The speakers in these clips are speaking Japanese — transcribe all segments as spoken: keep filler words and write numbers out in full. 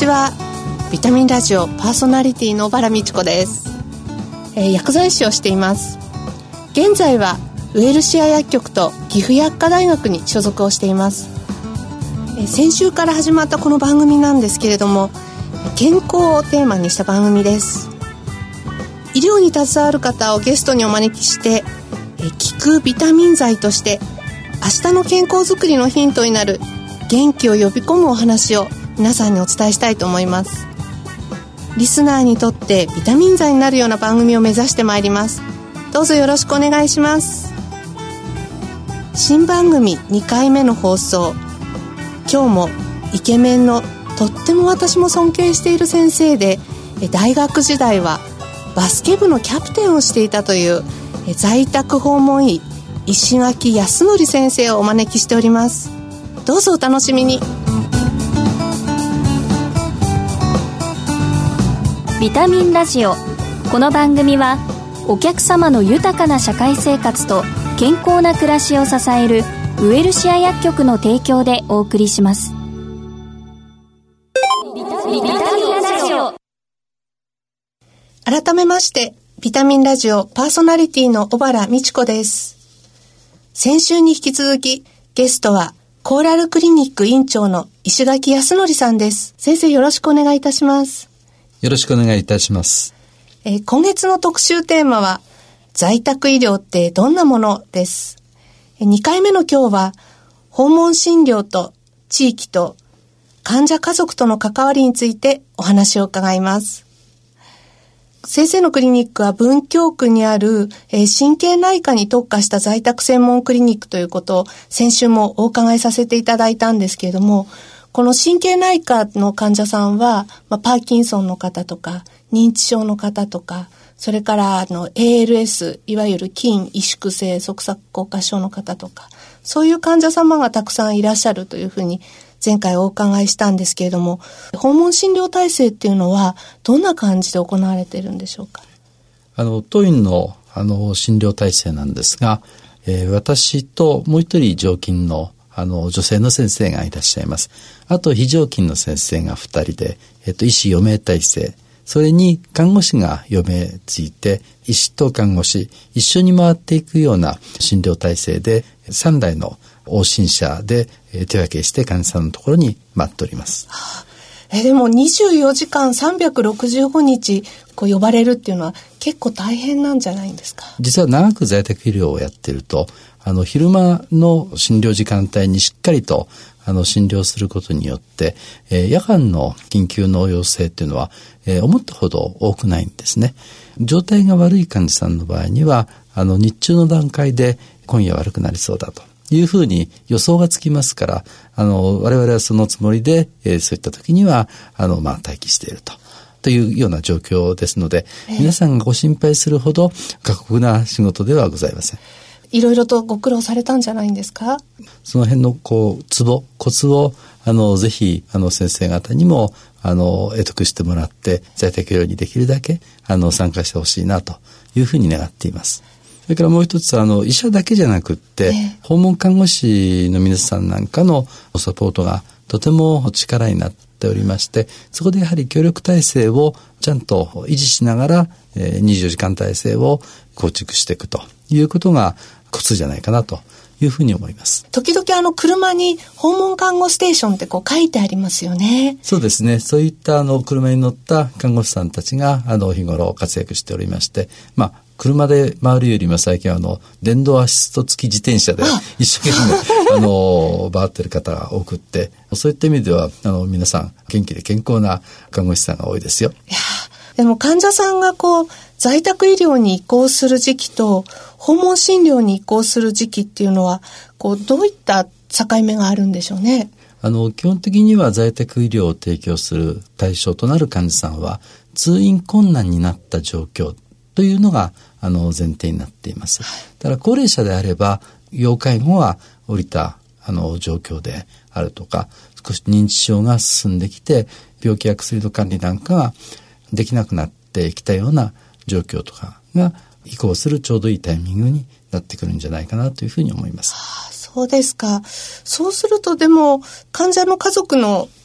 ちは。ビタミンラジオパーソナリティの小原美智子です。えー、薬剤師をしています。現在はウエルシア薬局と岐阜薬科大学に所属をしています。えー、先週から始まったこの番組なんですけれども、健康をテーマにした番組です。医療に携わる方をゲストにお招きして、えー、聞くビタミン剤として明日の健康づくりのヒントになる元気を呼び込むお話を皆さんにお伝えしたいと思います。リスナーにとってビタミン剤になるような番組を目指してまいります。どうぞよろしくお願いします。新番組にかいめの放送、今日もイケメンのとっても私も尊敬している先生で、大学時代はバスケ部のキャプテンをしていたという在宅訪問医石垣康則先生をお招きしております。どうぞお楽しみに。 ビタミンラジオ。この番組はお客様の豊かな社会生活と健康な暮らしを支えるウエルシア薬局の提供でお送りします。ビタミンラジオ。 改めましてビタミンラジオパーソナリティの小原美智子です。先週に引き続きゲストはコーラルクリニック院長の石垣康則さんです。先生、よろしくお願いいたします。 よろしくお願いいたします。 えー、今月の特集テーマは在宅医療ってどんなものです。えー、にかいめの今日は訪問診療と地域と患者家族との関わりについてお話を伺います。先生のクリニックは文京区にある、えー、神経内科に特化した在宅専門クリニックということを先週もお伺いさせていただいたんですけれども、この神経内科の患者さんは、まあ、パーキンソンの方とか認知症の方とか、それからあの エーエルエス、いわゆる筋萎縮性側索硬化症の方とか、そういう患者様がたくさんいらっしゃるというふうに前回お伺いしたんですけれども、訪問診療体制っていうのはどんな感じで行われているんでしょうか。 あの当院のあの診療体制なんですが、えー、私ともう一人常勤のあの女性の先生がいらっしゃいます。あと非常勤の先生がふたりで、えっと、医師よ名体制、それに看護師がよ名ついて、医師と看護師一緒に回っていくような診療体制でさんだいの往診車で手分けして患者さんのところに待っております。 はあ、えでもにじゅうよじかんさんびゃくろくじゅうごにちこう呼ばれるっていうのは結構大変なんじゃないんですか。 実は長く在宅医療をやってると、あの昼間の診療時間帯にしっかりとあの診療することによって、えー、夜間の緊急の要請っていうのは、えー、思ったほど多くないんですね。状態が悪い患者さんの場合には、あの日中の段階で今夜悪くなりそうだというふうに予想がつきますから、あの我々はそのつもりで、えー、そういった時にはあの、まあ、待機していると。というような状況ですので、えー、皆さんがご心配するほど過酷な仕事ではございません。 いろいろとご苦労されたんじゃないんですか。 その辺のこうツボコツをあのぜひあの先生方にもあの得得してもらって、在宅医療にできるだけあの参加してほしいなというふうに願っています。それからもう一つ、あの医者だけじゃなくって、えー、訪問看護師の皆さんなんかのサポートがとても力になっておりまして、そこでやはり協力体制をちゃんと維持しながら、えー、にじゅうよじかん体制を構築していくということがコツじゃないかなというふうに思います。 時々あの車に訪問看護ステーションってこう書いてありますよね。 そうですね。そういったあの車に乗った看護師さんたちがあの日頃活躍しておりまして、まあ車で回るよりも最近はあの電動アシスト付き自転車で一生懸命あの回ってる方が多くって、そういった意味ではあの皆さん元気で健康な看護師さんが多いですよ。 いやでも患者さんがこう在宅医療に移行する時期と訪問診療に移行する時期っていうのはこうどういった境目があるんでしょうね。 あの基本的には在宅医療を提供する対象となる患者さんは通院困難になった状況というのがあの前提になっています。だから高齢者であれば要介護は降りたあの状況であるとか、少し認知症が進んできて病気や薬の管理なんかができなくなってきたような状況とかが移行するちょうどいいタイミングになってくるんじゃないかなというふうに思います。 はあ、そうですか。そうするとでも患者の家族の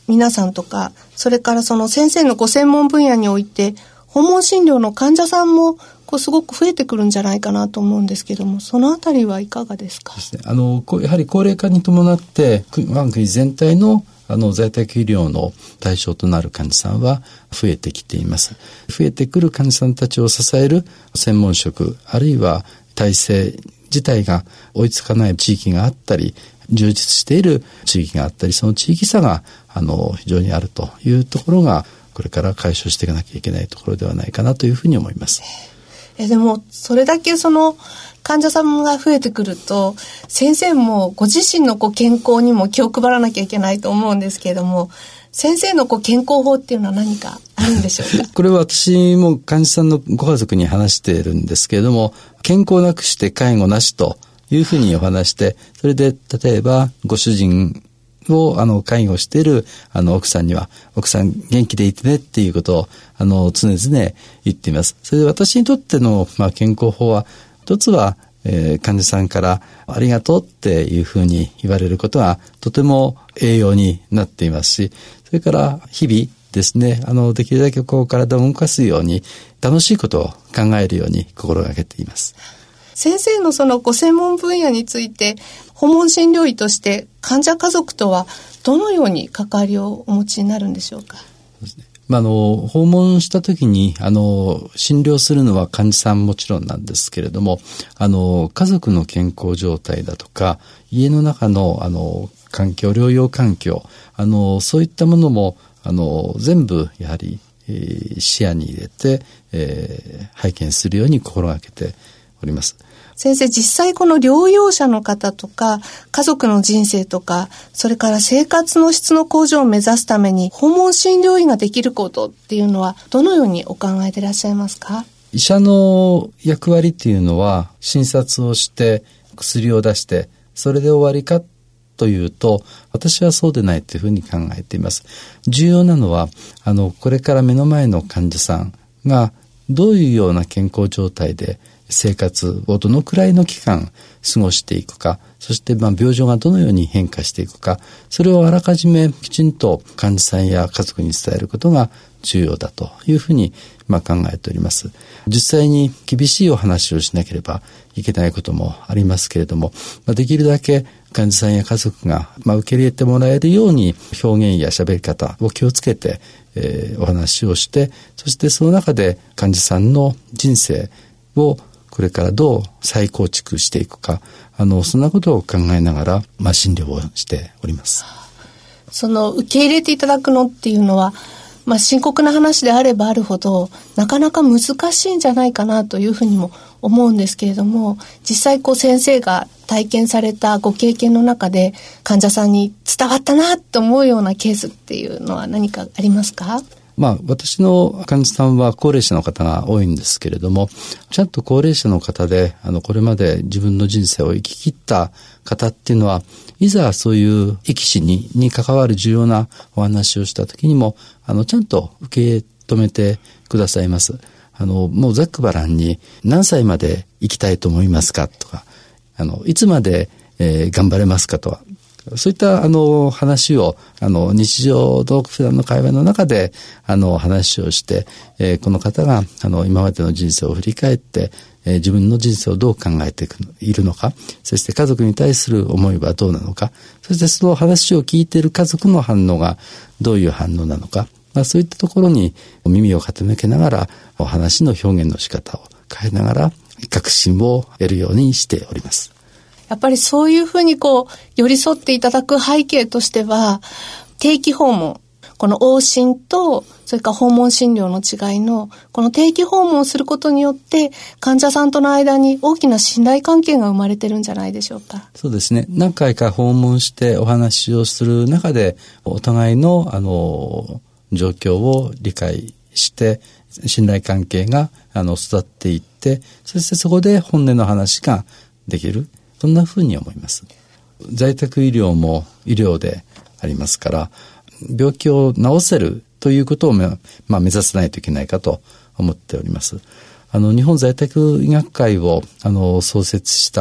皆さんとか、それからその先生のご専門分野において訪問診療の患者さんもこうすごく増えてくるんじゃないかなと思うんですけども、そのあたりはいかがですか？ ですね、あのやはり高齢化に伴って我が国全体のあの在宅医療の対象となる患者さんは増えてきています。増えてくる患者さんたちを支える専門職、あるいは体制自体が追いつかない地域があったり、充実している地域があったり、その地域差があの非常にあるというところが、これから解消していかなきゃいけないところではないかなというふうに思います。 えでもそれだけその患者さんが増えてくると、先生もご自身のこう健康にも気を配らなきゃいけないと思うんですけれども、先生のこう健康法っていうのは何かあるんでしょうか？ これは私も患者さんのご家族に話しているんですけれども、健康なくして介護なしというふうにお話して、それで例えばご主人をあの介護しているあの奥さんには、奥さん元気でいてねっていうことをあの常々言っています。それで私にとっての、まあ、健康法は、一つは、えー、患者さんからありがとうっていうふうに言われることがとても栄養になっていますし、それから日々ですね、あのできるだけこう体を動かすように、楽しいことを考えるように心がけています。 先生のそのご専門分野について、訪問診療医として患者家族とはどのように関わりをお持ちになるんでしょうか？ そうですね、まあ、あの訪問した時にあの診療するのは患者さんもちろんなんですけれども、あの家族の健康状態だとか、家の中のあの環境、療養環境、あのそういったものもあの全部やはり、えー、視野に入れて、えー、拝見するように心がけております。 先生、実際この療養者の方とか家族の人生とか、それから生活の質の向上を目指すために訪問診療医ができることっていうのはどのようにお考えでいらっしゃいますか？ 医者の役割っていうのは、診察をして薬を出してそれで終わりかというと、私はそうでないというふうに考えています。重要なのは、あのこれから目の前の患者さんがどういうような健康状態で生活をどのくらいの期間過ごしていくか、そしてまあ病状がどのように変化していくか、それをあらかじめきちんと患者さんや家族に伝えることが重要だというふうにまあ考えております。実際に厳しいお話をしなければいけないこともありますけれども、まあ、できるだけ患者さんや家族がまあ受け入れてもらえるように表現や喋り方を気をつけて、えー、お話をして、そしてその中で患者さんの人生をこれからどう再構築していくか、あのそんなことを考えながら、まあ、診療をしております。 その受け入れていただくのっていうのは、まあ、深刻な話であればあるほどなかなか難しいんじゃないかなというふうにも思うんですけれども、実際こう先生が体験されたご経験の中で患者さんに伝わったなと思うようなケースっていうのは何かありますか？ まあ、私の患者さんは高齢者の方が多いんですけれども、ちゃんと高齢者の方であのこれまで自分の人生を生き切った方っていうのは、いざそういう生き死にに関わる重要なお話をした時にもあのちゃんと受け止めてくださいます。あのもうざっくばらんに何歳まで生きたいと思いますかとか、あのいつまで、えー、頑張れますかとは、そういったあの話をあの日常の普段の会話の中であの話をして、えー、この方があの今までの人生を振り返って、えー、自分の人生をどう考えているのか、そして家族に対する思いはどうなのか、そしてその話を聞いている家族の反応がどういう反応なのか、まあ、そういったところに耳を傾けながらお話の表現の仕方を変えながら確信を得るようにしております。 やっぱりそういうふうにこう寄り添っていただく背景としては、定期訪問、この往診とそれから訪問診療の違いのこの定期訪問をすることによって患者さんとの間に大きな信頼関係が生まれてるんじゃないでしょうか。 そうですね。何回か訪問してお話をする中でお互いのあの状況を理解して信頼関係があの育っていって、そしてそこで本音の話ができる、そんなふうに思います。在宅医療も医療でありますから、病気を治せるということを、まあ、目指さないといけないかと思っております。あの日本在宅医学会をあの創設した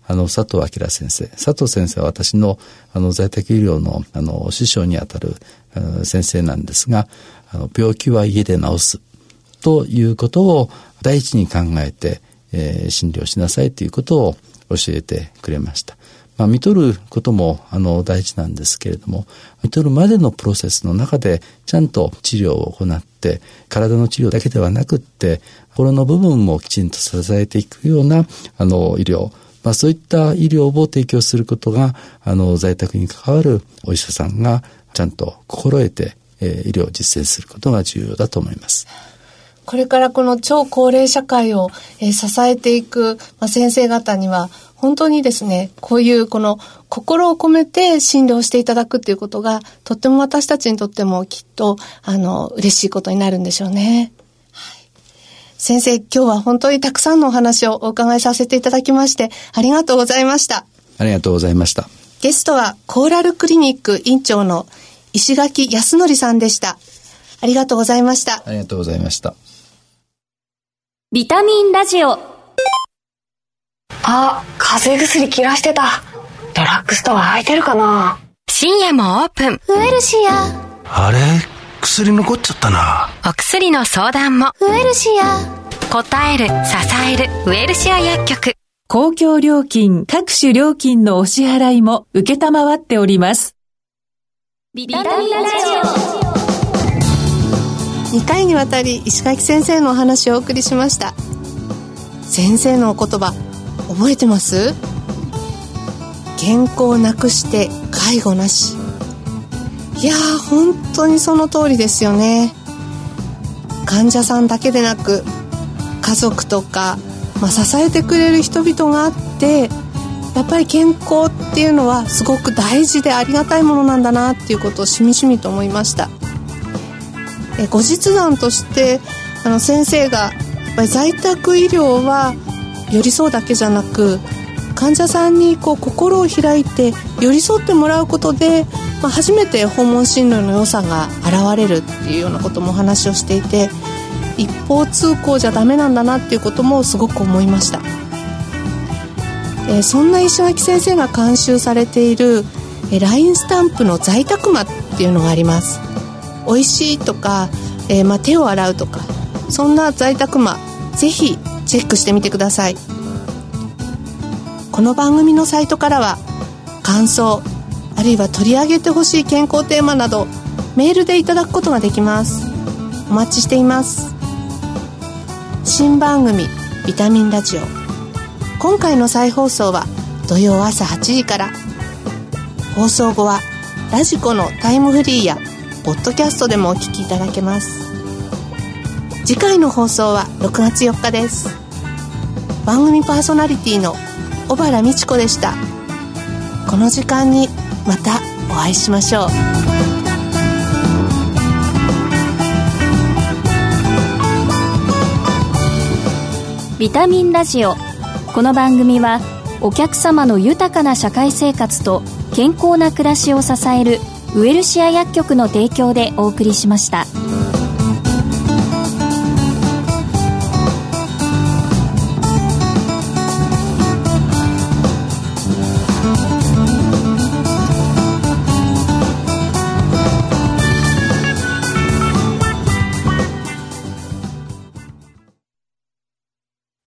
あの佐藤明先生。佐藤先生は私のあの在宅医療のあの師匠にあたる先生なんですが、あの病気は家で治すということを第一に考えて、えー、診療しなさいということを教えてくれました。まあ、見とることもあの大事なんですけれども、見とるまでのプロセスの中でちゃんと治療を行って、体の治療だけではなくって心の部分もきちんと支えていくようなあの医療、まあ、そういった医療を提供することがあの在宅に関わるお医者さんがちゃんと心得て、えー、医療を実践することが重要だと思います。 これからこの超高齢社会を、えー、支えていく、まあ、先生方には本当にですね、こういうこの心を込めて診療していただくっていうことがとっても私たちにとってもきっとあの嬉しいことになるんでしょうね。はい、先生、今日は本当にたくさんのお話をお伺いさせていただきましてありがとうございました。 ありがとうございました。 ゲストはコーラルクリニック院長の石垣康則さんでした。ありがとうございました。 ありがとうございました。 ビタミンラジオ。 あ、風邪薬切らしてた。ドラッグストア空いてるかな。 深夜もオープン。 ウエルシア。 あれ、薬残っちゃったな。 お薬の相談も。 ウエルシア。 答える、支える、ウエルシア薬局。 公共料金、各種料金のお支払いも受けたまわっております。 ビタミンラジオ。にかいにわたり石垣先生のお話をお送りしました。先生のお言葉覚えてます？健康なくして介護なし。いやー、本当にその通りですよね。患者さんだけでなく家族とか、まあ、支えてくれる人々があって、やっぱり健康っていうのはすごく大事でありがたいものなんだなっていうことをしみしみと思いました。え後日談としてあの先生がやっぱり在宅医療は寄り添うだけじゃなく、患者さんにこう心を開いて寄り添ってもらうことで、まあ、初めて訪問診療の良さが現れるっていうようなこともお話をしていて、一方通行じゃダメなんだなっていうこともすごく思いました。えー、そんな石垣先生が監修されている、えー、ライン スタンプの在宅間っていうのがあります。おいしいとか、えーまあ、手を洗うとか、そんな在宅間ぜひチェックしてみてください。この番組のサイトからは感想、あるいは取り上げてほしい健康テーマなどメールでいただくことができます。お待ちしています。新番組ビタミンラジオ、今回の再放送は土曜朝はちじから。放送後はラジコのタイムフリーやポッドキャストでもお聞きいただけます。次回の放送はろくがつよっかです。番組パーソナリティの小原美智子でした。この時間にまたお会いしましょう。 ビタミンラジオ。この番組はお客様の豊かな社会生活と健康な暮らしを支えるウエルシア薬局の提供でお送りしました。